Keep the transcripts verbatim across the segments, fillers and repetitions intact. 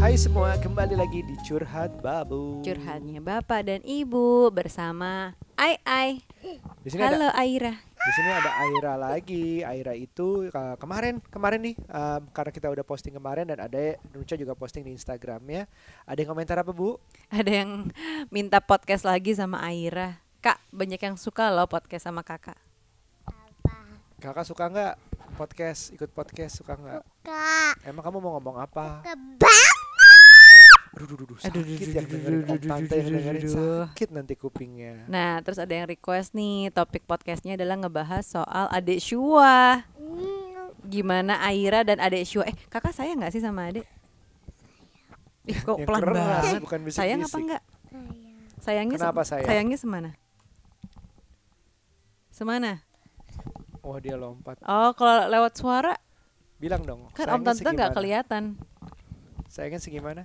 Hai semua, kembali lagi di Curhat Babu. Curhatnya Bapak dan Ibu bersama Ai Ai. Di sini Halo ada Aira. di sini ada Aira lagi. Aira itu uh, kemarin kemarin nih um, karena kita udah posting kemarin dan ada Nucha juga posting di Instagramnya. Ada yang komentar apa, Bu? Ada yang minta podcast lagi sama Aira. Kak, banyak yang suka loh podcast sama kakak. Kakak suka nggak podcast? Ikut podcast suka nggak? Suka. Emang kamu mau ngomong apa? Suka banget. Aduh, duh, duh, duh, Aduh, sakit duh, yang duh, dengerin duh, Om duh, Tante duh, yang duh, dengerin duh, duh. sakit nanti kupingnya. Nah, terus ada yang request nih, topik podcastnya adalah ngebahas soal adik Shua. Hmm, Gimana Aira dan adik Shua? Eh, kakak sayang nggak sih sama adik? Ih, kok Yang pelan keras, banget. bukan bisik-bisik. Sayang apa enggak? sayang. Sayangnya Kenapa se- sayang? Sayangnya semana? Semana? Oh, dia lompat. Oh, kalau lewat suara Bilang dong. kan sayangnya Om Tante nggak segimana? kelihatan. Sayangnya segimana?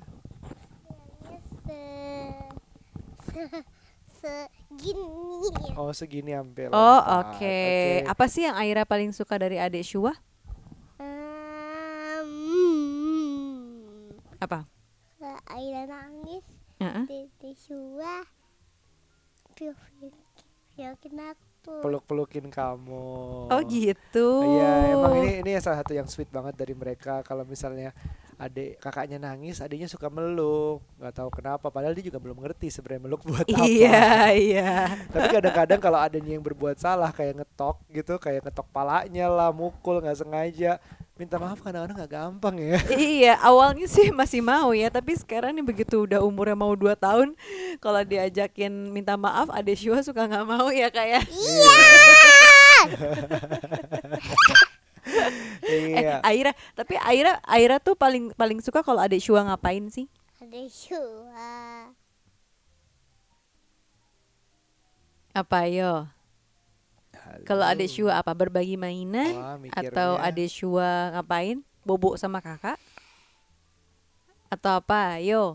Se, se, segini. Oh, segini hampir. Oh, lompat. oke. Apa sih yang Aira paling suka dari adik Shua? Um, Apa? Aira nangis. Heeh. Dede Shua. Piukin aku. Peluk-pelukin kamu. Oh gitu. Iya, emang ini ini salah satu yang sweet banget dari mereka. Kalau misalnya adik kakaknya nangis, adiknya suka meluk. Nggak tahu kenapa. Padahal dia juga belum ngerti sebenarnya meluk buat apa. Iya, iya. Tapi kadang-kadang kalau adanya yang berbuat salah kayak ngetok gitu, kayak ngetok palanya lah, mukul nggak sengaja, minta maaf kadang-kadang nggak gampang ya. Iya, awalnya sih masih mau ya, tapi sekarang nih begitu udah umurnya mau dua tahun, kalau diajakin minta maaf, adik Shua suka nggak mau ya kayak. Iya. Eh, Iya. Aira, tapi Aira, Aira tuh paling paling suka kalau adik Shua ngapain sih? Ada Shua. Apa yo? Halo. Kalau adik Shua apa? Berbagi mainan Wah, mikirnya. atau adik Shua ngapain? Bobo sama kakak? Atau apa? Yo.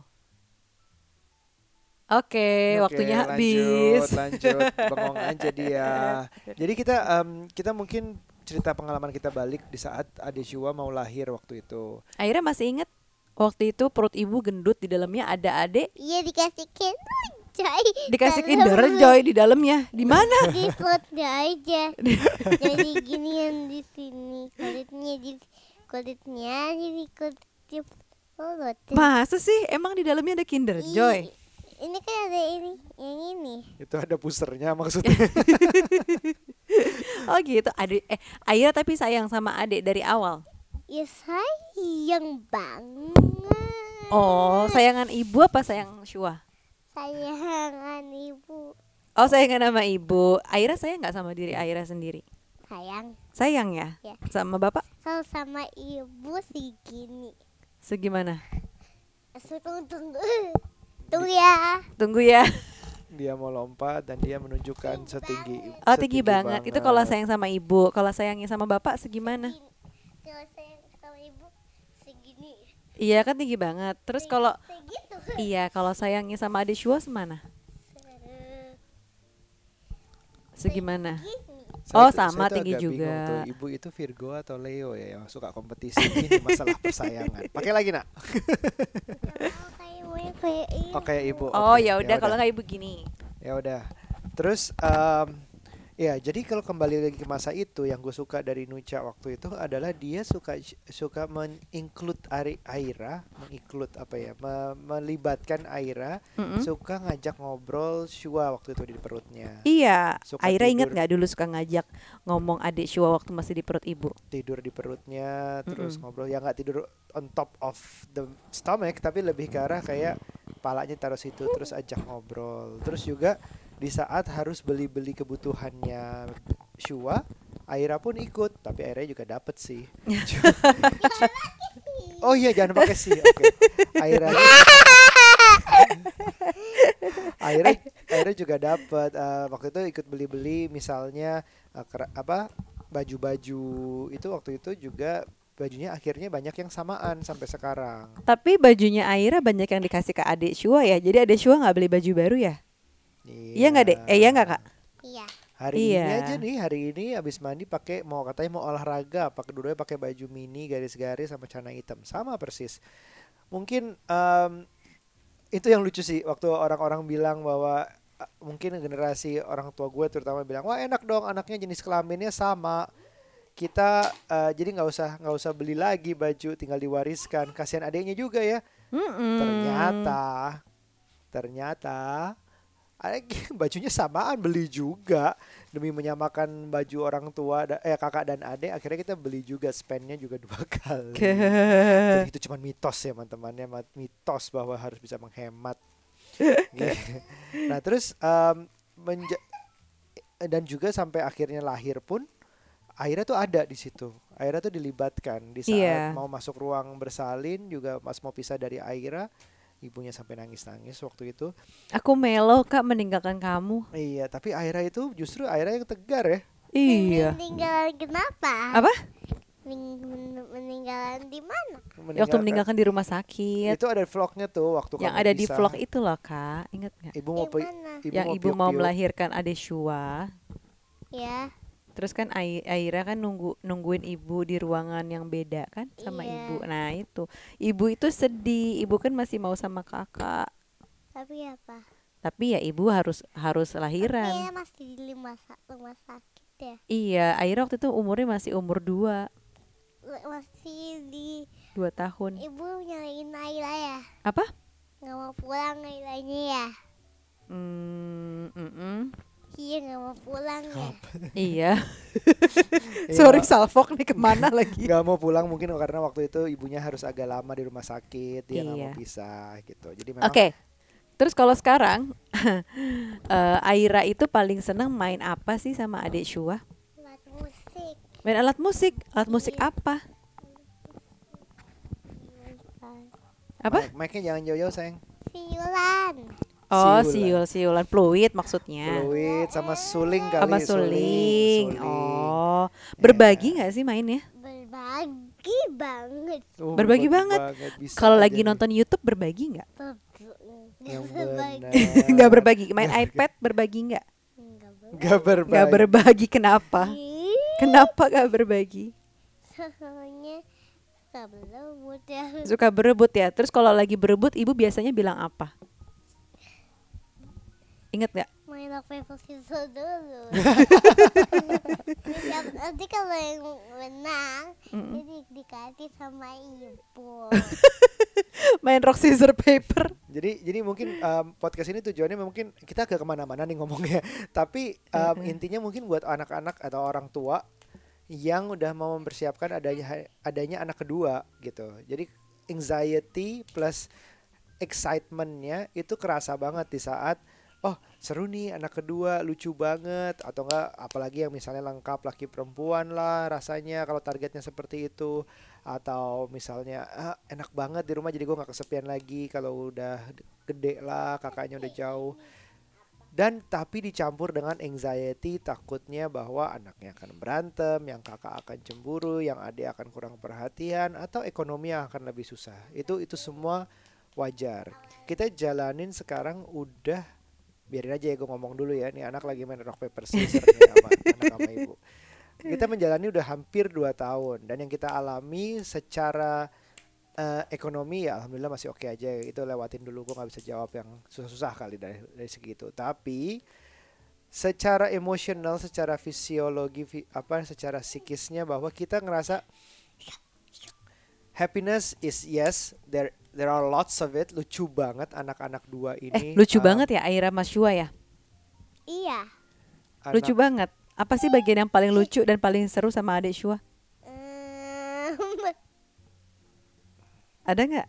Oke, Oke, waktunya lanjut, habis. Lanjut, bengong aja dia. Jadi kita em, kita mungkin cerita pengalaman kita balik di saat Ade Shua mau lahir waktu itu. Aira masih inget waktu itu perut ibu gendut, di dalamnya ada adik, Iya dikasih Kinder Joy. dikasih Dalam- Kinder Joy di dalamnya. Di mana? Di perutnya aja. Jadi ginian di sini kulitnya di kulitnya jadi kulit di perut. Masa sih? Emang di dalamnya ada Kinder Joy? Ih, ini kan ada ini yang ini. Itu ada pusernya maksudnya. Oh gitu. Adik eh Aira tapi sayang sama adik dari awal. Ya sayang banget. Oh, sayangan ibu apa sayang Shua? Sayangan ibu. Oh, sayangan sama ibu. Aira sayang nggak sama diri Aira sendiri? Sayang. Sayang ya? Ya. Sama bapak? Kalau sama ibu segini. Segimana? So, tunggu tunggu. Tunggu ya. Tunggu ya. Dia mau lompat dan dia menunjukkan setinggi. Oh, tinggi banget. Itu kalau sayang sama ibu. Kalau sayangnya sama bapak segimana? Kalau sayang sama ibu segini. Iya kan tinggi banget. Terus kalau Segitu. iya, kalau sayangnya sama adik Shua semana? Segimana? Oh, sama tinggi juga. Tuh, ibu itu Virgo atau Leo ya yang suka kompetisi ini masalah persayangan. Pakai lagi nak. Kayak ini. Oh kayak ibu. Oh, Oke, ya udah kalau nggak ibu gini. Ya udah. Terus em, ya jadi kalau kembali lagi ke masa itu yang gue suka dari Nucha waktu itu adalah dia suka suka menginclude Ari- Aira, menginclude apa ya, me- melibatkan Aira, Mm-mm. suka ngajak ngobrol Shua waktu itu di perutnya. Iya, Suka Aira ingat tidur. nggak dulu suka ngajak ngomong adik Shua waktu masih di perut ibu? Tidur di perutnya, terus Mm-mm. ngobrol. Ya nggak tidur on top of the stomach, tapi lebih ke arah kayak palanya taruh situ, terus ajak ngobrol. Terus juga di saat harus beli-beli kebutuhannya Shua, Aira pun ikut, tapi Aira juga dapet sih. Oh iya jangan pakai sih. Oke. Aira Aira Aira juga dapat eh, waktu itu ikut beli-beli misalnya eh, kera- apa baju-baju itu waktu itu juga bajunya akhirnya banyak yang samaan sampai sekarang. Tapi bajunya Aira banyak yang dikasih ke adik Shua ya. Jadi adik Shua nggak beli baju baru ya? Iya nggak dek? Eh iya nggak kak? Iya. Hari Iya. ini aja nih, hari ini abis mandi pakai mau katanya mau olahraga, pakai dua pakai baju mini garis-garis sama celana hitam, sama persis. mungkin em, itu yang lucu sih waktu orang-orang bilang bahwa eh, mungkin generasi orang tua gue terutama bilang wah enak dong anaknya jenis kelaminnya sama kita eh, jadi nggak usah nggak usah beli lagi baju tinggal diwariskan kasihan adiknya juga ya Mm-mm. ternyata ternyata adek bajunya samaan beli juga demi menyamakan baju orang tua da- eh kakak dan adik akhirnya kita beli juga spendnya juga dua kali. Jadi itu cuma mitos ya teman-temannya mat- mitos bahwa harus bisa menghemat. Gitu. Nah terus em, menja- dan juga sampai akhirnya lahir pun Aira tuh ada di situ. Aira tuh dilibatkan di saat Iya. mau masuk ruang bersalin juga pas mau pisah dari Aira, ibunya sampai nangis-nangis waktu itu. Aku melo Kak meninggalkan kamu. Iya, tapi Aira itu justru Aira yang tegar ya. Iya. Meninggal kenapa? Apa? Men- men- meninggalan di mana? Ya, waktu meninggalkan di rumah sakit. Itu ada vlognya tuh waktu Yang kamu ada di pisah. vlog itu loh Kak. Ingat nggak? Ibu mau Di pi- mana? ibu Yang mau ibu mau piok-piok. melahirkan adik Shua. Ya, Terus kan Ai- Aira kan nunggu nungguin ibu di ruangan yang beda kan sama Iya. ibu. Nah itu ibu itu sedih. Ibu kan masih mau sama kakak. tapi apa? Tapi ya ibu harus harus Dia lahiran. masih di rumah, sa- rumah sakit ya. Iya, Aira waktu itu umurnya masih umur dua L- Masih di dua tahun. ibu nyariin Naila ya. Apa? Nggak mau pulang Nailanya ya. Hmm, mm-mm. Iya nggak mau pulang ya. Iya. Iya, Sorry Salfok nih kemana lagi? nggak mau pulang mungkin karena waktu itu ibunya harus agak lama di rumah sakit, dia nggak Iya. mau pisah gitu. Jadi Oke. memang Terus kalau sekarang eh, Aira itu paling seneng main apa sih sama adik Shua? Alat musik. Main alat musik. Alat musik Iya. apa? Apa? mic- mic-nya jangan jauh-jauh sayang. Siulan. Oh, Siulan. siul, siulan fluid maksudnya. Fluid sama suling kali. Sama suling. suling. Oh, berbagi nggak sih mainnya? Berbagi banget. Uh, Berbagi berbagi banget. bisa Kalau aja lagi nih. nonton YouTube berbagi nggak? Yang Berbagi. benar. Nggak berbagi. Main iPad berbagi nggak? Enggak Nggak berbagi. Nggak berbagi. Kenapa? berbagi. Kenapa nggak berbagi? Soalnya nggak berebut ya. Suka berebut ya. Terus kalau lagi berebut, ibu biasanya bilang apa? Ingat nggak? Main rock paper scissors dulu. Siap- Nanti kalau yang menang, Mm-mm. jadi dikasih sama ibu. Main rock scissor paper. Jadi jadi mungkin um, podcast ini tujuannya mungkin kita ke kemana-mana nih ngomongnya. Tapi um, Mm-mm. intinya mungkin buat anak-anak atau orang tua yang udah mau mempersiapkan adanya adanya anak kedua gitu. Jadi anxiety plus excitementnya itu kerasa banget di saat oh seru nih anak kedua lucu banget atau enggak apalagi yang misalnya lengkap laki perempuan lah rasanya kalau targetnya seperti itu atau misalnya ah, enak banget di rumah jadi gue nggak kesepian lagi kalau udah gede lah kakaknya udah jauh dan tapi dicampur dengan anxiety takutnya bahwa anaknya akan berantem yang kakak akan cemburu yang adik akan kurang perhatian atau ekonomi yang akan lebih susah itu itu semua wajar kita jalanin sekarang udah biarin aja ya gue ngomong dulu ya nih anak lagi main rock paper scissors nih sama anak sama ibu kita menjalani udah hampir dua tahun dan yang kita alami secara eh, ekonomi ya alhamdulillah masih oke aja itu lewatin dulu gue nggak bisa jawab yang susah-susah kali dari dari segi itu tapi secara emosional secara fisiologi fi- apa secara psikisnya bahwa kita ngerasa happiness is yes there there are lots of it lucu banget anak-anak dua ini Eh, lucu um, banget ya Aira Mas Shua ya. Iya. anak- Lucu banget. Apa sih bagian yang paling lucu dan paling seru sama adik Shua? Em, Ada nggak?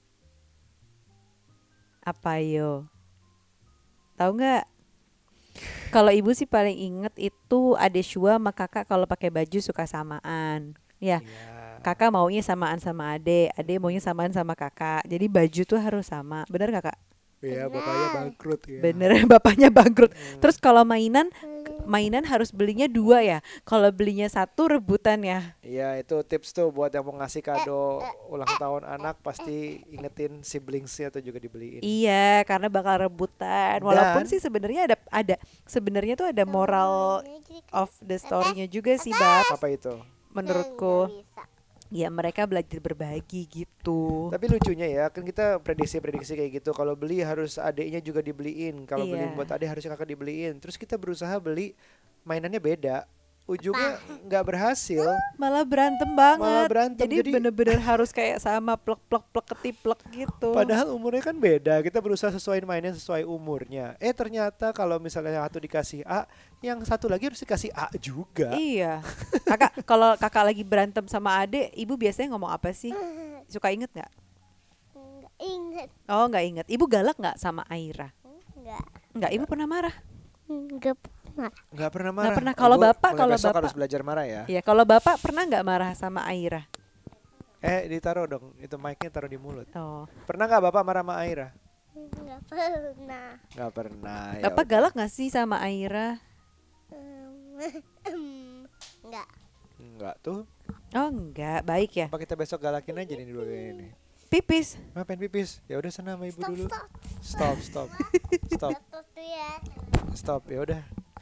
Apa yo? Tahu nggak? Kalau ibu sih paling inget itu adik Shua sama kakak kalau pakai baju suka samaan. Ya, Iya. kakak maunya samaan sama adek, adek maunya samaan sama kakak. Jadi baju tuh harus sama. Bener nggak kak? Iya, Benar. bapaknya bangkrut ya. Bener, bapaknya bangkrut. Hmm. Terus kalau mainan, mainan harus belinya dua ya. Kalau belinya satu rebutan ya. Iya, itu tips tuh buat yang mau ngasih kado ulang tahun anak pasti ingetin siblingsnya tuh juga dibeliin. Iya, karena bakal rebutan. Walaupun Dan- sih sebenarnya ada ada sebenarnya tuh ada moral of the story-nya juga sih, Bab. Apa itu? Menurutku. Nggak bisa. ya mereka belajar berbagi gitu. Tapi lucunya ya, kan kita prediksi-prediksi kayak gitu. Kalau beli harus adiknya juga dibeliin. Kalau beli Iya. buat adik harusnya kakak dibeliin. Terus kita berusaha beli mainannya beda. Ujungnya nggak berhasil. Malah berantem banget. Malah berantem, Jadi, jadi- bener-bener harus kayak sama plek-plek plek ketiplek gitu. Padahal umurnya kan beda. Kita berusaha sesuaiin mainnya sesuai umurnya. Eh ternyata kalau misalnya yang satu dikasih A, yang satu lagi harus dikasih A juga. Iya. Kakak kalau kakak lagi berantem sama adik, ibu biasanya ngomong apa sih? Suka inget nggak? Enggak inget. Oh nggak inget. Ibu galak nggak sama Aira? Enggak. Nggak. Ibu pernah marah? Enggak pernah. Nggak pernah Nggak marah. pernah. Kalau Ibu bapak- mulai kalau besok bapak- harus belajar marah ya. Iya. Kalau bapak pernah nggak marah sama Aira? Eh ditaruh dong. Itu mic-nya taruh di mulut. Oh. Pernah nggak bapak marah sama Aira? Enggak pernah. Nggak pernah. ya Bapak udah. galak nggak sih sama Aira? Em, Enggak. Enggak tuh. Oh enggak. Baik ya. Apa kita besok galakin aja nih dua ini. Pipis. Ngapain pipis? Ya udah sana sama ibu Stop, dulu. stop. Stop, stop. Stop, Stop tuh ya. stop. Ya udah.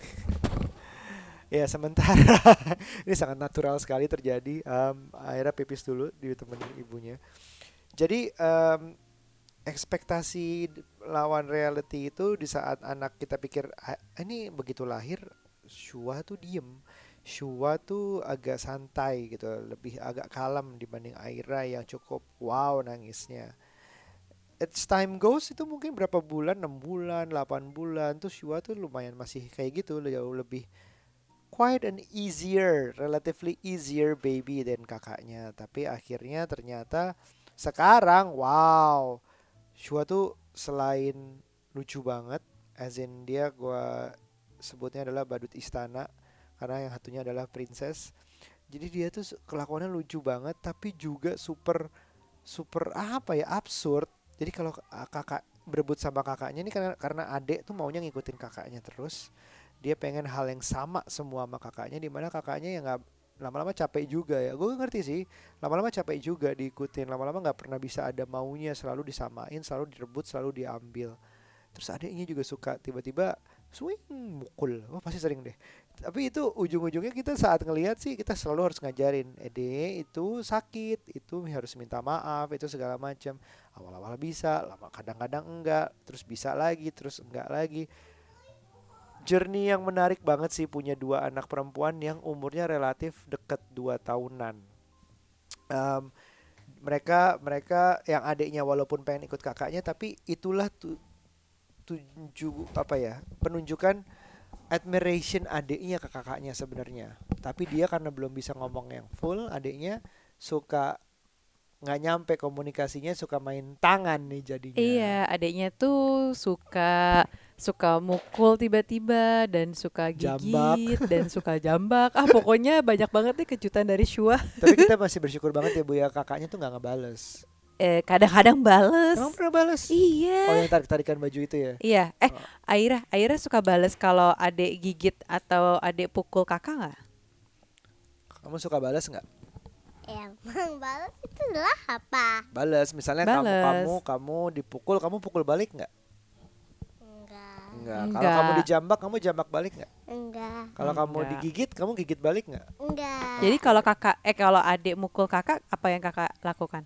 Ya sementara ini sangat natural sekali terjadi. Um, Aira pipis dulu ditemenin ibunya. Jadi um, ekspektasi d- lawan reality itu di saat anak kita pikir "Ah, ini begitu lahir Shua tuh diem, Shua tuh agak santai gitu, lebih agak kalem dibanding Aira yang cukup wow nangisnya. As time goes itu mungkin berapa bulan, enam bulan, delapan bulan tuh Shua tuh lumayan masih kayak gitu, jauh lebih quite an easier, relatively easier baby than kakaknya. Tapi akhirnya ternyata sekarang wow, Shua tuh selain lucu banget, as in dia gua sebutnya adalah badut istana karena yang satunya adalah princess. Jadi dia tuh su- kelakuannya lucu banget tapi juga super super apa ya, absurd. Jadi kalau k- kakak berebut sama kakaknya ini karena karena adek tuh maunya ngikutin kakaknya terus. Dia pengen hal yang sama semua sama kakaknya, di mana kakaknya yang nggak, lama-lama capek juga ya. Gue ngerti sih, lama-lama capek juga diikutin, lama-lama nggak pernah bisa ada maunya, selalu disamain, selalu direbut, selalu diambil. Terus adiknya juga suka tiba-tiba swing mukul, oh pasti sering deh. Tapi itu ujung-ujungnya kita saat ngelihat sih kita selalu harus ngajarin, ede itu sakit, itu harus minta maaf, itu segala macam. Awal-awal bisa, lama kadang-kadang enggak, terus bisa lagi, terus enggak lagi. Journey yang menarik banget sih punya dua anak perempuan yang umurnya relatif deket dua tahunan. Em, mereka mereka yang adiknya walaupun pengen ikut kakaknya, tapi itulah tu, tuju apa ya, penunjukan admiration adiknya ke kakaknya sebenarnya. Tapi dia karena belum bisa ngomong yang full, adiknya suka nggak nyampe komunikasinya, suka main tangan nih jadinya. Iya, adiknya tuh suka suka mukul tiba-tiba dan suka Jambak. gigit dan suka jambak. Ah, pokoknya banyak banget nih kejutan dari Shua. Tapi kita masih bersyukur banget ya Bu ya, kakaknya tuh nggak ngebales. Eh, kadang-kadang bales. Emang pernah bales? Iya. Oh yang tarik-tarikan baju itu ya? Iya. Eh, Oh. Aira, Aira suka bales kalau adik gigit atau adik pukul kakak nggak? Kamu suka bales nggak? Emang balas itu adalah apa? Bales, misalnya kamu Bales. kamu kamu dipukul, kamu pukul balik nggak? Enggak. Enggak. Kalau Enggak. kamu dijambak, kamu jambak balik nggak? Enggak. Kalau kamu Enggak. digigit, kamu gigit balik nggak? Enggak. Jadi kalau kakak eh kalau adik mukul kakak, apa yang kakak lakukan?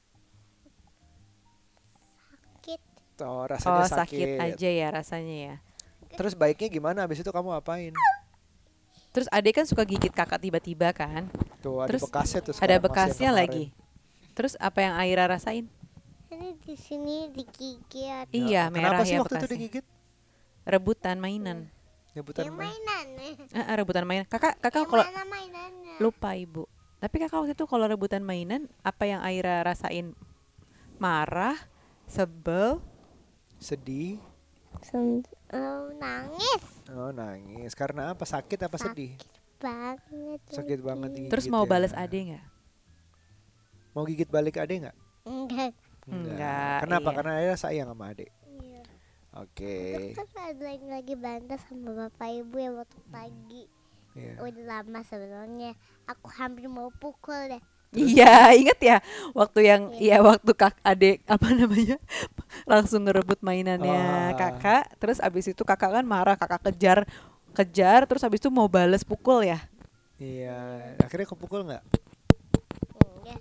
sakit. Oh, rasanya Oh, sakit. sakit aja ya rasanya ya. Terus baiknya gimana? Abis itu kamu apain? Terus adik kan suka gigit kakak tiba-tiba kan? Tuh ada Terus bekasnya tuh. Ada sekarang, masih yang bekasnya kemarin. lagi. Terus apa yang Aira rasain? Ini di sini digigit. Iya, merah Kenapa sih ya waktu itu bekasnya. digigit? Rebutan mainan. Nyebutan Yang main. mainan. Ah, ah, rebutan mainan. Kakak kakak Yang kalau mana mainannya? lupa ibu. Tapi kakak waktu itu kalau rebutan mainan, apa yang Aira rasain? Marah, sebel, Sedih. Sen- oh, nangis Oh nangis. Karena apa? Sakit apa sedih? banget. Sakit banget lagi. digigit terus mau ya. balas adik nggak? Mau gigit balik adek nggak? Enggak. Enggak, Kenapa? iya. Karena Aira sayang sama adek. Iya. Oke. Terus kan ada yang lagi bantah sama bapak ibu ya waktu pagi. Iya. Udah lama sebenarnya. Aku hampir mau pukul deh. Iya, inget ya waktu yang Iya. iya waktu kak adik apa namanya langsung ngerebut mainannya Ah. kakak. Terus abis itu kakak kan marah, kakak kejar kejar. Terus abis itu mau bales pukul ya. Iya. Akhirnya kepukul nggak? Enggak.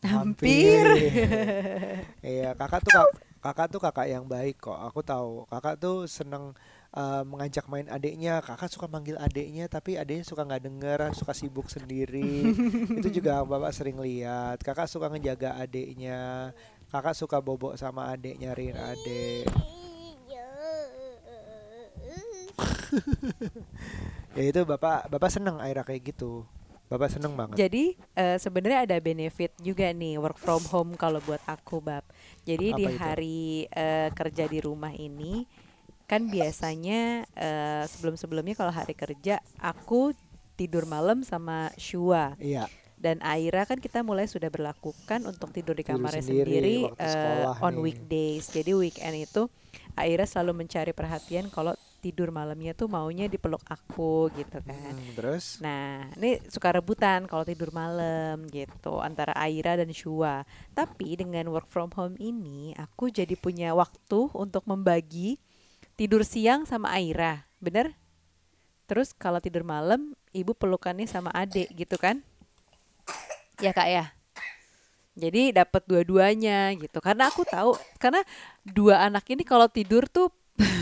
Hampir. Iya, kakak tuh kak- kakak tuh kakak yang baik kok. Aku tahu. Kakak tuh seneng eh, mengajak main adiknya. Kakak suka manggil adiknya, tapi adiknya suka nggak denger, suka sibuk sendiri. Itu juga bapak sering lihat. Kakak suka ngejaga adiknya. Kakak suka bobok sama adik, nyariin adik. Ya itu bapak bapak seneng Aira kayak gitu. Bapak seneng banget. Jadi eh, sebenarnya ada benefit juga nih work from home kalau buat aku, Bab. Jadi di Apa itu? hari eh, kerja di rumah ini kan biasanya eh, sebelum-sebelumnya kalau hari kerja aku tidur malam sama Shua. Iya, Dan Aira kan kita mulai sudah berlakukan untuk tidur di tidur kamarnya sendiri sendiri, waktu eh, sekolah on nih. weekdays. Jadi weekend itu Aira selalu mencari perhatian kalau tidur malamnya tuh maunya dipeluk aku gitu kan. Hmm, terus? Nah, ini suka rebutan kalau tidur malam gitu antara Aira dan Shua. Tapi dengan work from home ini aku jadi punya waktu untuk membagi tidur siang sama Aira, bener? Terus kalau tidur malam ibu pelukannya sama adik gitu kan? Ya kak ya. Jadi dapat dua-duanya gitu. Karena aku tahu, karena dua anak ini kalau tidur tuh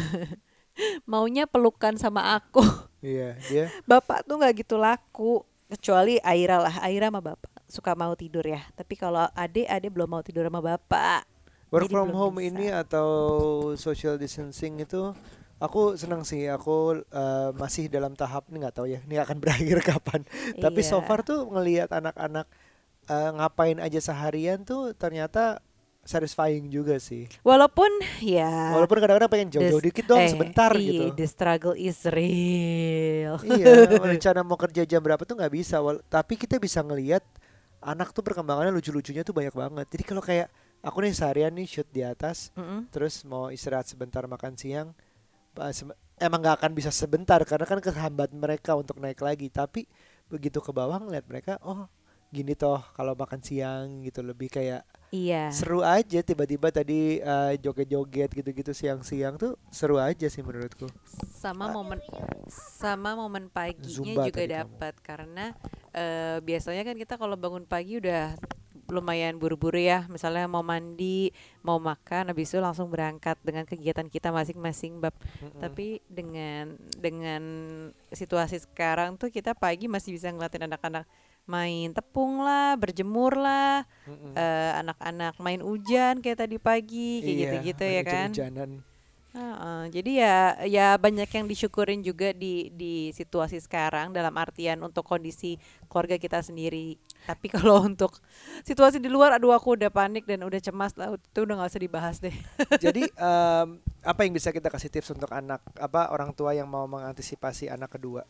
maunya pelukan sama aku. Iya, dia Bapak tuh nggak gitu laku. Kecuali Aira lah, Aira sama bapak suka mau tidur ya. Tapi kalau adik, adik belum mau tidur sama bapak. work Jadi from belum home bisa. ini atau social distancing itu aku senang sih. Aku eh, masih dalam tahap ini nggak tahu ya. Ini akan berakhir kapan. Tapi so Iya. far tuh ngelihat anak-anak eh, ngapain aja seharian tuh ternyata satisfying juga sih. Walaupun ya. Walaupun kadang-kadang pengen jauh-jauh the- dikit dong eh, sebentar iya, gitu. The struggle is real. Iya, rencana mau kerja jam berapa tuh nggak bisa. Wal- tapi kita bisa ngelihat anak tuh perkembangannya lucu-lucunya tuh banyak banget. Jadi kalau kayak aku nih seharian nih shoot di atas, Mm-mm. terus mau istirahat sebentar makan siang, pa- sem- emang nggak akan bisa sebentar karena kan kehambat mereka untuk naik lagi. Tapi begitu ke bawah ngeliat mereka, oh gini toh kalau makan siang gitu, lebih kayak Iya. seru aja. Tiba-tiba tadi eh, joget-joget gitu-gitu siang-siang tuh seru aja sih menurutku. Sama momen sama momen paginya Zumba juga tadi kamu. dapat karena eh, biasanya kan kita kalau bangun pagi udah lumayan buru-buru ya, misalnya mau mandi, mau makan, habis itu langsung berangkat dengan kegiatan kita masing-masing, Bab. Mm-mm. Tapi dengan dengan situasi sekarang tuh kita pagi masih bisa ngeliatin anak-anak main tepung lah, berjemur lah, Mm-mm. eh, anak-anak main hujan kayak tadi pagi, kayak Iya, gitu-gitu main ya kan. hujan-hujanan. Heeh, jadi ya ya banyak yang disyukurin juga di di situasi sekarang dalam artian untuk kondisi keluarga kita sendiri. Tapi kalau untuk situasi di luar, aduh aku udah panik dan udah cemas lah. Itu udah nggak usah dibahas deh. Jadi em, apa yang bisa kita kasih tips untuk anak apa orang tua yang mau mengantisipasi anak kedua?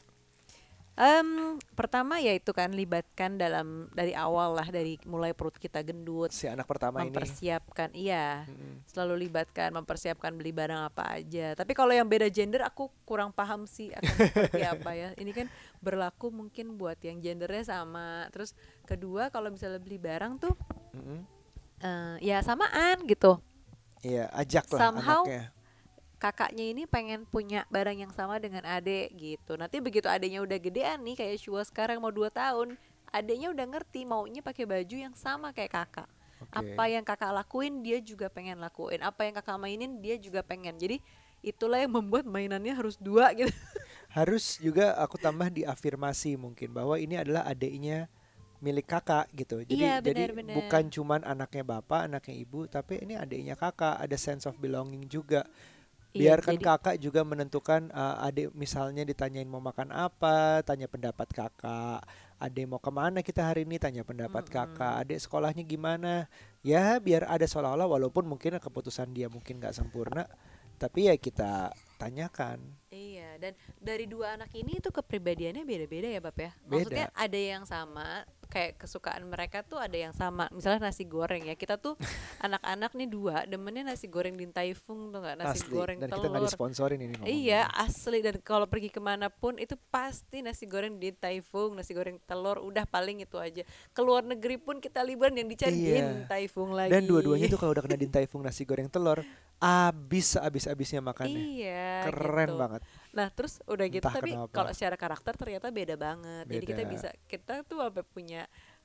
Em, pertama ya itu kan libatkan dalam dari awal lah, dari mulai perut kita gendut, Si anak pertama ini. mempersiapkan, iya, Mm-mm. selalu libatkan, mempersiapkan beli barang apa aja. Tapi kalau yang beda gender aku kurang paham sih akan seperti apa ya. Ini kan berlaku mungkin buat yang gendernya sama. Terus kedua kalau misalnya beli barang tuh Mm-mm. eh, ya samaan gitu. Iya, ajak lah Somehow anaknya. Kakaknya ini pengen punya barang yang sama dengan adek gitu. Nanti begitu adeknya udah gedean nih kayak Shua sekarang mau dua tahun, adeknya udah ngerti maunya pakai baju yang sama kayak kakak. Oke. Apa yang kakak lakuin dia juga pengen lakuin. Apa yang kakak mainin dia juga pengen. Jadi itulah yang membuat mainannya harus dua gitu. Harus juga aku tambah diafirmasi mungkin bahwa ini adalah adiknya milik kakak gitu. Jadi Iya, jadi benar-benar. bukan cuman anaknya bapak, anaknya ibu, tapi ini adiknya kakak, ada sense of belonging juga. Iya, Biarkan jadi- kakak juga menentukan uh, adik misalnya ditanyain mau makan apa, tanya pendapat kakak. Adik mau kemana kita hari ini, tanya pendapat Mm-mm. kakak. Adik sekolahnya gimana? Ya biar ada seolah-olah walaupun mungkin keputusan dia mungkin nggak sempurna, tapi ya kita tanyakan. Iya, dan dari dua anak ini tuh kepribadiannya beda-beda ya, Bab ya. Beda. Maksudnya ada yang sama, kayak kesukaan mereka tuh ada yang sama. Misalnya nasi goreng ya. Kita tuh anak-anak nih dua demennya nasi goreng Din Tai Fung tuh nggak, nasi Asli. goreng Dan kita telur. nggak disponsorin ini ngomongnya. Iya, asli. Dan kalau pergi kemanapun itu pasti nasi goreng Din Tai Fung, nasi goreng telur, udah paling itu aja. Keluar negeri pun kita liburan yang dicari Iya. Din Tai Fung lagi. Dan dua-duanya tuh kalau udah kena Din Tai Fung nasi goreng telur, abis abis-abisnya makannya. Iya, Keren gitu. banget. Nah terus udah gitu, Entah tapi kenapa. kalau secara karakter ternyata beda banget. Jadi kita Beda. bisa, kita tuh apa punya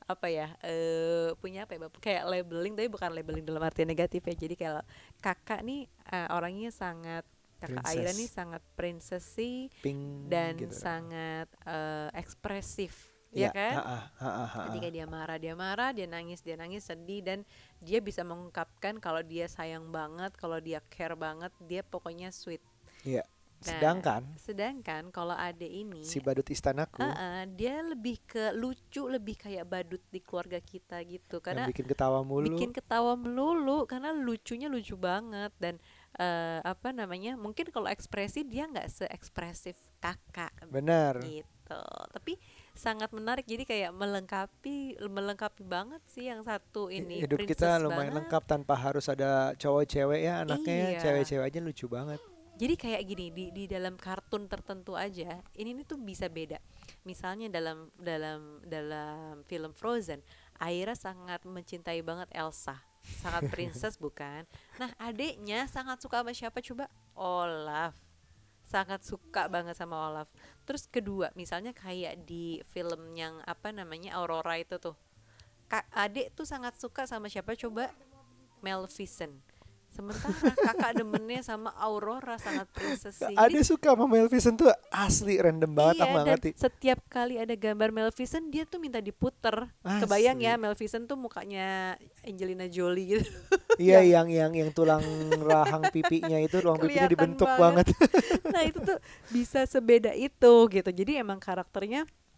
apa ya eh punya apa ya Bab? Kayak labeling tapi bukan labeling dalam arti negatif ya. Jadi kayak kakak nih eh, orangnya sangat kakak Aira nih Princess. sangat princessy Pink dan gitu. sangat eh, ekspresif ya Iya, kan. ha-ah, ha-ah, ha-ah. Ketika dia marah dia marah, dia nangis dia nangis, sedih, dan dia bisa mengungkapkan kalau dia sayang banget, kalau dia care banget, dia pokoknya sweet. Iya. Nah, Sedangkan sedangkan kalau Ade ini si badut istanaku uh-uh, dia lebih ke lucu, lebih kayak badut di keluarga kita gitu. yang Karena bikin ketawa mulu. bikin ketawa melulu karena lucunya lucu banget. Dan eh, apa namanya, mungkin kalau ekspresi dia nggak seekspresif kakak Benar. gitu, tapi sangat menarik. Jadi kayak melengkapi melengkapi banget sih yang satu ini, Hidup princess kita lumayan banget. lengkap tanpa harus ada cowok cewek ya anaknya ya. Iya. Cewek-cewek aja lucu banget. Jadi kayak gini, di di dalam kartun tertentu aja ini nih tuh bisa beda. Misalnya dalam dalam dalam film Frozen, Aira sangat mencintai banget Elsa, sangat princess bukan? Nah adiknya sangat suka sama siapa coba? Olaf, sangat suka banget sama Olaf. Terus kedua, misalnya kayak di film yang apa namanya Aurora itu tuh, kak adik tuh sangat suka sama siapa coba? Maleficent. Sementara kakak demennya sama Aurora, sangat princessy. Ada suka sama Maleficent tuh asli random banget, aku iya, gak dan ngerti. setiap kali ada gambar Maleficent dia tuh minta diputer. Asli. Kebayang ya, Maleficent tuh mukanya Angelina Jolie gitu. Iya, yang yang yang tulang rahang pipinya itu, ruang pipinya Kelihatan dibentuk banget. banget. Nah itu tuh bisa sebeda itu gitu. Jadi emang karakternya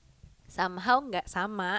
somehow nggak sama.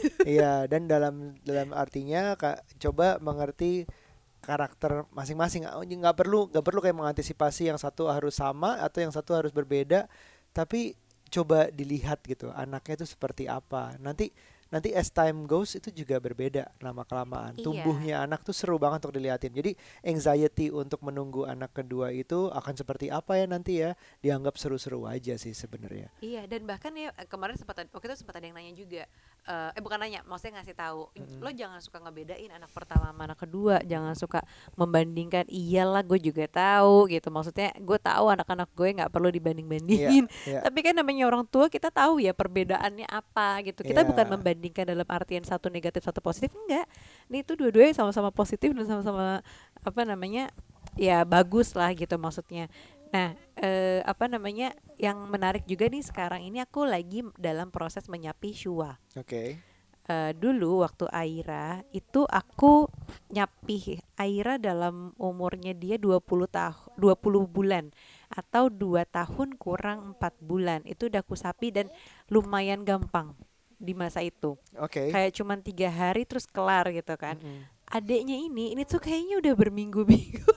Iya, dan dalam dalam artinya Kak, coba mengerti karakter masing-masing. Oh, nggak perlu nggak perlu kayak mengantisipasi yang satu harus sama atau yang satu harus berbeda, tapi coba dilihat gitu anaknya itu seperti apa. Nanti nanti as time goes itu juga berbeda lama kelamaan. Iya. Tumbuhnya anak tuh seru banget untuk dilihatin. Jadi anxiety untuk menunggu anak kedua itu akan seperti apa ya nanti ya, dianggap seru-seru aja sih sebenarnya. Iya, dan bahkan ya kemarin sempat ada- waktu itu sempat ada yang nanya juga, eh eh, bukan nanya, maksudnya ngasih tahu, Mm-mm. lo jangan suka ngebedain anak pertama sama anak kedua, jangan suka membandingkan. Iyalah, gue juga tahu gitu, maksudnya gue tahu anak-anak gue nggak perlu dibanding-bandingin. Iya. Tapi kan namanya orang tua, kita tahu ya perbedaannya apa gitu. Kita Iya. bukan membandingkan dalam artian satu negatif satu positif, enggak. Ini tuh dua-duanya sama-sama positif dan sama-sama apa namanya ya bagus lah gitu maksudnya. Nah eh, apa namanya yang menarik juga nih, sekarang ini aku lagi dalam proses menyapi Shua. Oke. Eh, dulu waktu Aira itu aku nyapi Aira dalam umurnya dia dua puluh tahun, dua puluh bulan atau dua tahun kurang empat bulan. Itu udah aku sapi dan lumayan gampang di masa itu. Oke. Kayak cuman tiga hari terus kelar gitu kan. Mm-mm. Adeknya ini ini tuh kayaknya udah berminggu-minggu.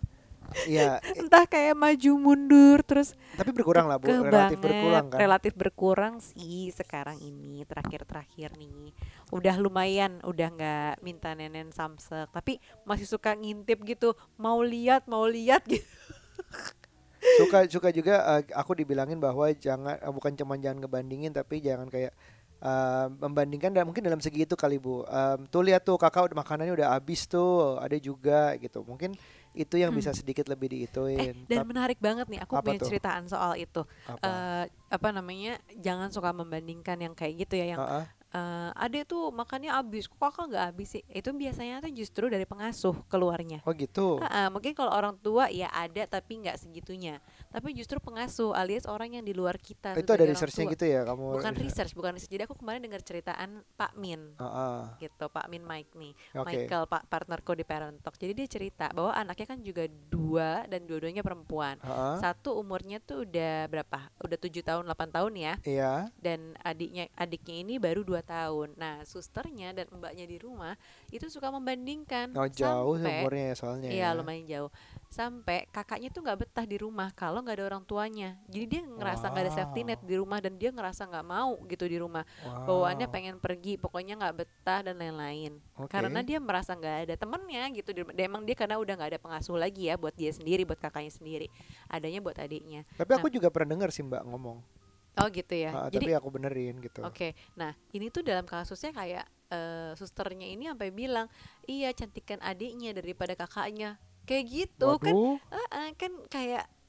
Iya, Entah kayak maju mundur terus tapi berkurang lah Bu, kekeh relatif banget. berkurang kan. Relatif berkurang sih sekarang ini, terakhir-terakhir nih. Udah lumayan, udah nggak minta nenen samsek, tapi masih suka ngintip gitu, mau lihat, mau lihat gitu. Suka suka juga, eh, aku dibilangin bahwa jangan, eh, bukan cuma jangan ngebandingin tapi jangan kayak eh, membandingkan, dan mungkin dalam segi itu kali Bu. Em, tuh lihat tuh kakak udah makanannya udah habis tuh, ada juga gitu. Mungkin itu yang bisa sedikit lebih Eh, diituin. dan Tap- menarik banget nih, aku Apa punya tuh? ceritaan soal itu. apa? Eh, apa namanya? Jangan suka membandingkan yang kayak gitu ya, yang Ah, ah. eh, adek tuh makannya habis, kok kakak nggak habis sih? Itu biasanya tuh justru dari pengasuh keluarnya. Oh gitu. Ha-ha, mungkin kalau orang tua ya ada tapi nggak segitunya. Tapi justru pengasuh alias orang yang di luar kita. Itu ada sebagai orang researchnya tua. gitu ya kamu? Bukan research, bukan research. Jadi aku kemarin dengar ceritaan Pak Min. Ah, ah. Gitu, Pak Min Mike nih, Oke. Michael, Pak partnerku di Parent Talk. Jadi dia cerita bahwa anaknya kan juga dua dan dua-duanya perempuan. Ah, ah. Satu umurnya tuh udah berapa? Udah tujuh tahun, delapan tahun ya. Iya. Dan adiknya adiknya ini baru dua tahun. Nah, susternya dan mbaknya di rumah itu suka membandingkan. Oh jauh sampai umurnya ya soalnya. iya ya. lumayan jauh. Sampai kakaknya tuh nggak betah di rumah kalau nggak ada orang tuanya. Jadi dia ngerasa nggak ada safety net Wow. di rumah dan dia ngerasa nggak mau gitu di rumah. Wow. Bawaannya pengen pergi, pokoknya nggak betah dan lain-lain. Oke. Karena dia merasa nggak ada temennya gitu. di rumah. Dia- Emang dia karena udah nggak ada pengasuh lagi ya buat dia sendiri, buat kakaknya sendiri. Adanya buat adiknya. Tapi aku juga pernah dengar sih Mbak ngomong. Oh gitu ya. Ah, Jadi tapi aku benerin gitu. oke, nah ini tuh dalam kasusnya kayak eh, susternya ini sampai bilang, iya cantikan adiknya daripada kakaknya, kayak gitu kan. Waduh. Ah, ah, kan kayak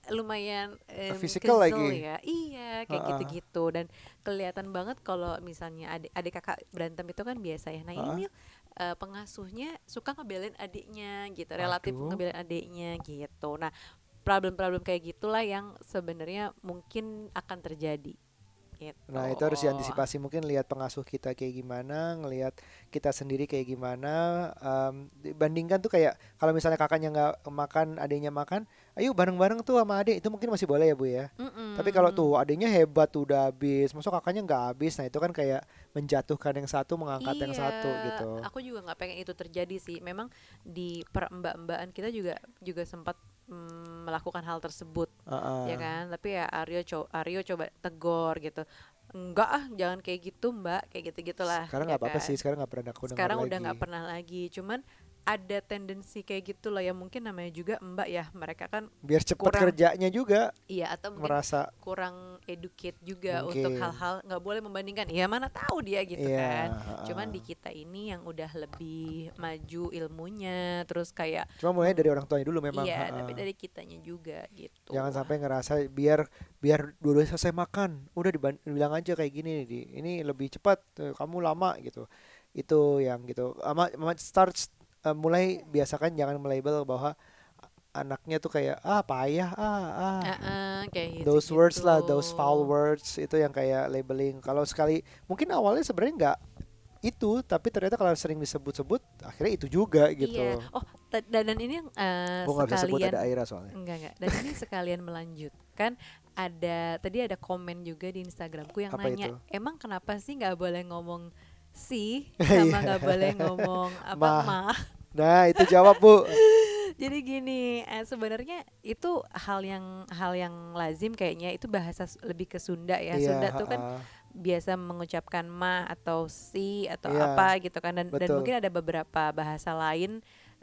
lumayan em, Physical kesel lagi. ya. Iya, kayak Ha-ha. gitu-gitu dan kelihatan banget kalau misalnya adik, adik kakak berantem itu kan biasa ya. Nah, Ha-ha. ini eh, pengasuhnya suka ngebelain adiknya gitu, relatif Aduh. ngebelain adiknya gitu. Nah, problem-problem kayak gitulah yang sebenarnya mungkin akan terjadi gitu. Nah itu harus diantisipasi, mungkin lihat pengasuh kita kayak gimana, ngelihat kita sendiri kayak gimana. Em, dibandingkan tuh kayak kalau misalnya kakaknya nggak makan, adiknya makan, ayo bareng-bareng tuh sama adik, itu mungkin masih boleh ya Bu ya. Tapi kalau Mm-mm. tuh adiknya hebat tuh udah habis, masuk kakaknya nggak habis, nah itu kan kayak menjatuhkan yang satu, mengangkat yang satu Iya, gitu. aku juga nggak pengen itu terjadi sih. Memang di perembak-embakan kita juga juga sempat mm, melakukan hal tersebut, ya Heeh. kan? Tapi ya Aryo co Aryo coba tegor gitu. Enggak ah, jangan kayak gitu Mbak, kayak gitu gitulah, Sekarang ya nggak apa-apa sih, kan? sekarang nggak pernah aku dengar Sekarang udah lagi. nggak pernah lagi. Cuman ada tendensi kayak gitulah ya, mungkin namanya juga Mbak ya. Mereka kan Biar cepet kurang, kerjanya juga, iya atau mungkin merasa kurang educate juga untuk mungkin. hal-hal nggak boleh membandingkan, ya mana tahu dia gitu Iya, kan. heeh. Cuman di kita ini yang udah lebih maju ilmunya, terus kayak Cuma mulai meng- dari orang tuanya dulu memang. iya, tapi heeh. dari kitanya juga gitu. Jangan sampai ngerasa biar biar dua-duanya selesai makan, udah diban- dibilang aja kayak gini, di ini lebih cepat, eh, kamu lama gitu. Itu yang gitu. Ama, ama start eh, mulai biasakan jangan melabel bahwa anaknya tuh kayak ah payah ah ah Heeh, kayak those words lah, gitu-gitu. those foul words itu yang kayak labeling. Kalau sekali mungkin awalnya sebenarnya nggak itu, tapi ternyata kalau sering disebut-sebut akhirnya itu juga gitu. Iya. Oh, ta- dan, dan ini yang eh, Gue nggak bisa sebut, sekalian ada Aira soalnya. enggak enggak. Dan ini sekalian melanjutkan, ada tadi ada komen juga di Instagramku yang Apa nanya, itu? emang kenapa sih nggak boleh ngomong sih Iya. sama nggak boleh ngomong apa Mah. mah? Nah itu jawab Bu. Jadi gini, eh, sebenarnya itu hal yang hal yang lazim kayaknya, itu bahasa s- lebih ke Sunda ya. Iya, Sunda tuh kan ha-ha. biasa mengucapkan ma atau si atau Iya, apa gitu kan, dan dan betul. mungkin ada beberapa bahasa lain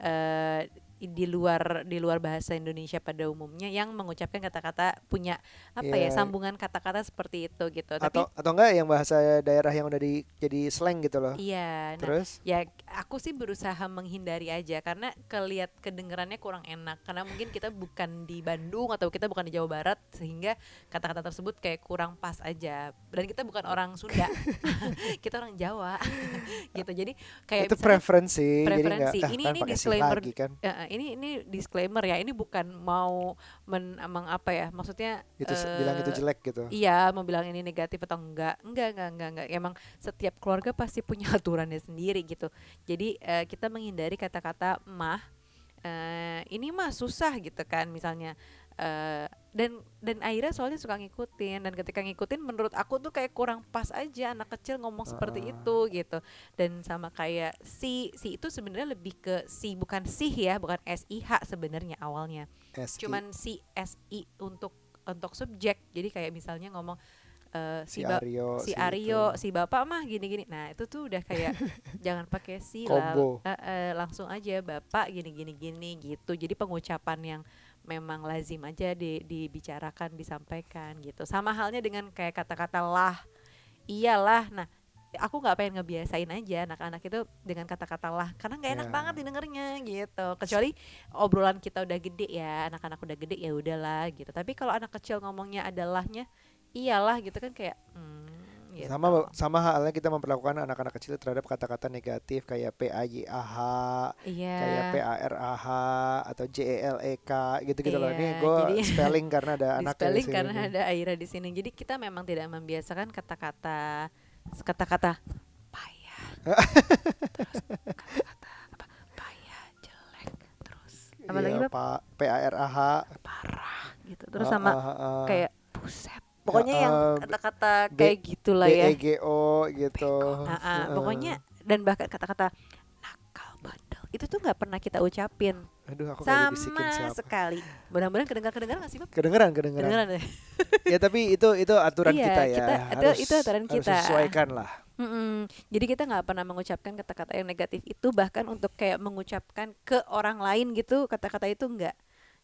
eh, di luar di luar bahasa Indonesia pada umumnya yang mengucapkan kata-kata punya apa ya, Iya. sambungan kata-kata seperti itu gitu. Tapi Atau atau enggak yang bahasa daerah yang udah di jadi slang gitu loh. iya, nah Terus ya aku sih berusaha menghindari aja karena kelihat kedengerannya kurang enak, karena mungkin kita bukan di Bandung atau kita bukan di Jawa Barat sehingga kata-kata tersebut kayak kurang pas aja, dan kita bukan orang Sunda. Kita orang Jawa. Gitu, jadi kayak itu misalnya preferensi, jadi preferensi. enggak ah, Ini kan ini pakai sih disclaimer, lagi kan. ya, ini ini disclaimer ya. Ini bukan mau men, emang apa ya? Maksudnya Itu se- bilang itu eh, jelek gitu. iya, mau bilang ini negatif atau enggak? Enggak, enggak, enggak, enggak. Emang setiap keluarga pasti punya aturannya sendiri gitu. Jadi eh, kita menghindari kata-kata mah. eh, ini mah susah gitu kan, misalnya. Eh, dan dan Aira soalnya suka ngikutin, dan ketika ngikutin menurut aku tuh kayak kurang pas aja anak kecil ngomong seperti Heeh. itu gitu. Dan sama kayak si si itu sebenarnya lebih ke si, bukan sih ya, bukan S I H sebenarnya awalnya. S I. Cuman si S I untuk untuk subjek. Jadi kayak misalnya ngomong eh, si si ba- Aryo, si si Aryo, itu. si bapak mah gini-gini. Nah itu tuh udah kayak jangan pakai si lah, Combo. eh, eh, langsung aja bapak gini-gini gini gitu. Jadi pengucapan yang memang lazim aja di, dibicarakan, disampaikan gitu. Sama halnya dengan kayak kata-kata lah, iyalah. Nah aku nggak pengen ngebiasain aja anak-anak itu dengan kata-kata lah, karena nggak enak Ya. banget didengarnya gitu. Kecuali obrolan kita udah gede ya, anak-anak udah gede ya udahlah gitu. Tapi kalau anak kecil ngomongnya adalahnya iyalah gitu kan, kayak hmm, gitu. Sama sama halnya kita memperlakukan anak-anak kecil terhadap kata-kata negatif kayak P A Y A H, Iya. kayak P A R A H atau J E L E K gitu-gitu loh. Ini Iya, gue jadi- spelling karena ada Di anak spelling di sini karena nih. ada Aira di sini. Jadi kita memang tidak membiasakan kata-kata kata-kata payah. Terus kata-kata apa? Payah, jelek, terus apa lagi Iya, Bab? Pak P A R A H. Parah gitu. Terus Ah, sama ah, ah, ah. kayak buset. Pokoknya yang Ah, kata-kata B- kayak gitulah B ya. E G O gitu. Nah, ah, Heeh. pokoknya, dan bahkan kata-kata nakal, bandel itu tuh nggak pernah kita ucapin Aduh aku kayak sama dibisikin siapa. sekali. Mudah-mudahan kedengar-kedengar nggak sih Bab? Kedengeran, kedengeran. Kedengeran deh. Ya tapi itu itu aturan Iya, kita ya. kita- itu- harus, itu aturan harus kita. sesuaikan lah. Mm-mm. Jadi kita nggak pernah mengucapkan kata-kata yang negatif itu, bahkan untuk kayak mengucapkan ke orang lain gitu, kata-kata itu enggak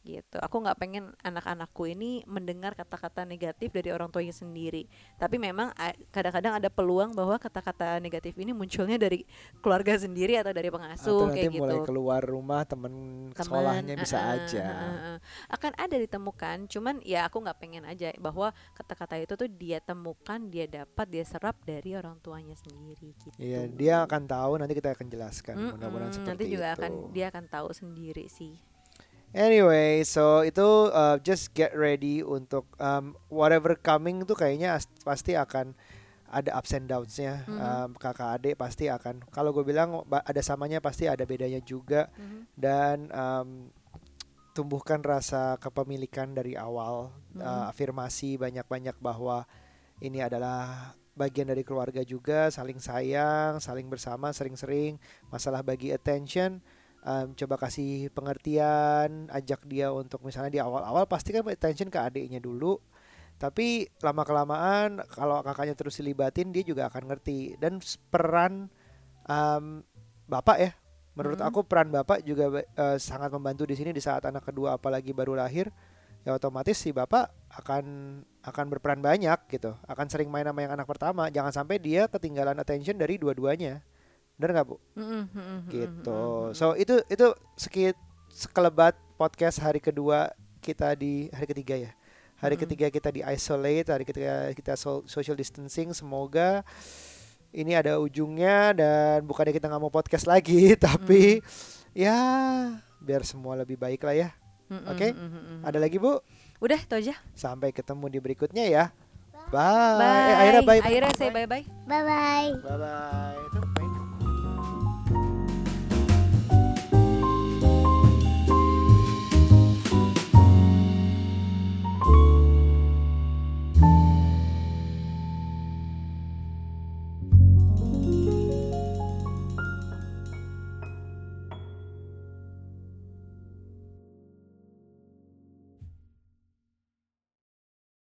gitu. Aku nggak pengen anak-anakku ini mendengar kata-kata negatif dari orang tuanya sendiri. Tapi memang a- kadang-kadang ada peluang bahwa kata-kata negatif ini munculnya dari keluarga sendiri atau dari Atau pengasuh nanti kayak mulai gitu. keluar rumah temen Teman, sekolahnya eh, bisa eh, aja. eh, eh, eh. akan ada ditemukan. Cuman ya aku nggak pengen aja bahwa kata-kata itu tuh dia temukan, dia dapat, dia serap dari orang tuanya sendiri gitu. Iya, dia akan tahu, nanti kita akan jelaskan. Mm-mm, Mudah-mudahan seperti nanti juga itu. akan dia akan tahu sendiri sih. Anyway, so itu uh, just get ready untuk um, whatever coming tuh kayaknya as- pasti akan ada ups and downs-nya. Mhm. Um, kakak adik pasti akan, kalau gue bilang ba- ada samanya pasti ada bedanya juga. Mhm. Dan um, tumbuhkan rasa kepemilikan dari awal. Mhm. Uh, afirmasi banyak-banyak bahwa ini adalah bagian dari keluarga juga, saling sayang, saling bersama, sering-sering. Masalah bagi attention, um, coba kasih pengertian, ajak dia untuk misalnya di awal-awal pasti kan attention ke adiknya dulu. Tapi lama-kelamaan kalau kakaknya terus dilibatin, dia juga akan ngerti. Dan s- peran um, bapak ya, menurut Mhm. aku peran bapak juga ba- eh, sangat membantu di sini di saat anak kedua apalagi baru lahir. Ya otomatis si bapak akan akan berperan banyak gitu, akan sering main sama yang anak pertama. Jangan sampai dia ketinggalan attention dari dua-duanya. Bener nggak Bu? Mhm, mhm, mhm, Gitu. mhm, mhm. So itu itu sekit sekelebat podcast hari kedua kita di hari ketiga ya. Hari Mhm. ketiga kita di isolate, hari ketiga kita so- social distancing. Semoga ini ada ujungnya dan bukannya kita nggak mau podcast lagi, tapi ya biar semua lebih baik lah ya. Mhm, Oke? mhm, mhm, mhm. Ada lagi Bu? Udah itu aja. Sampai ketemu di berikutnya ya. Bye. Eh, Bye. Aira bye. Akhirnya saya bye bye. Bye bye. Bye bye.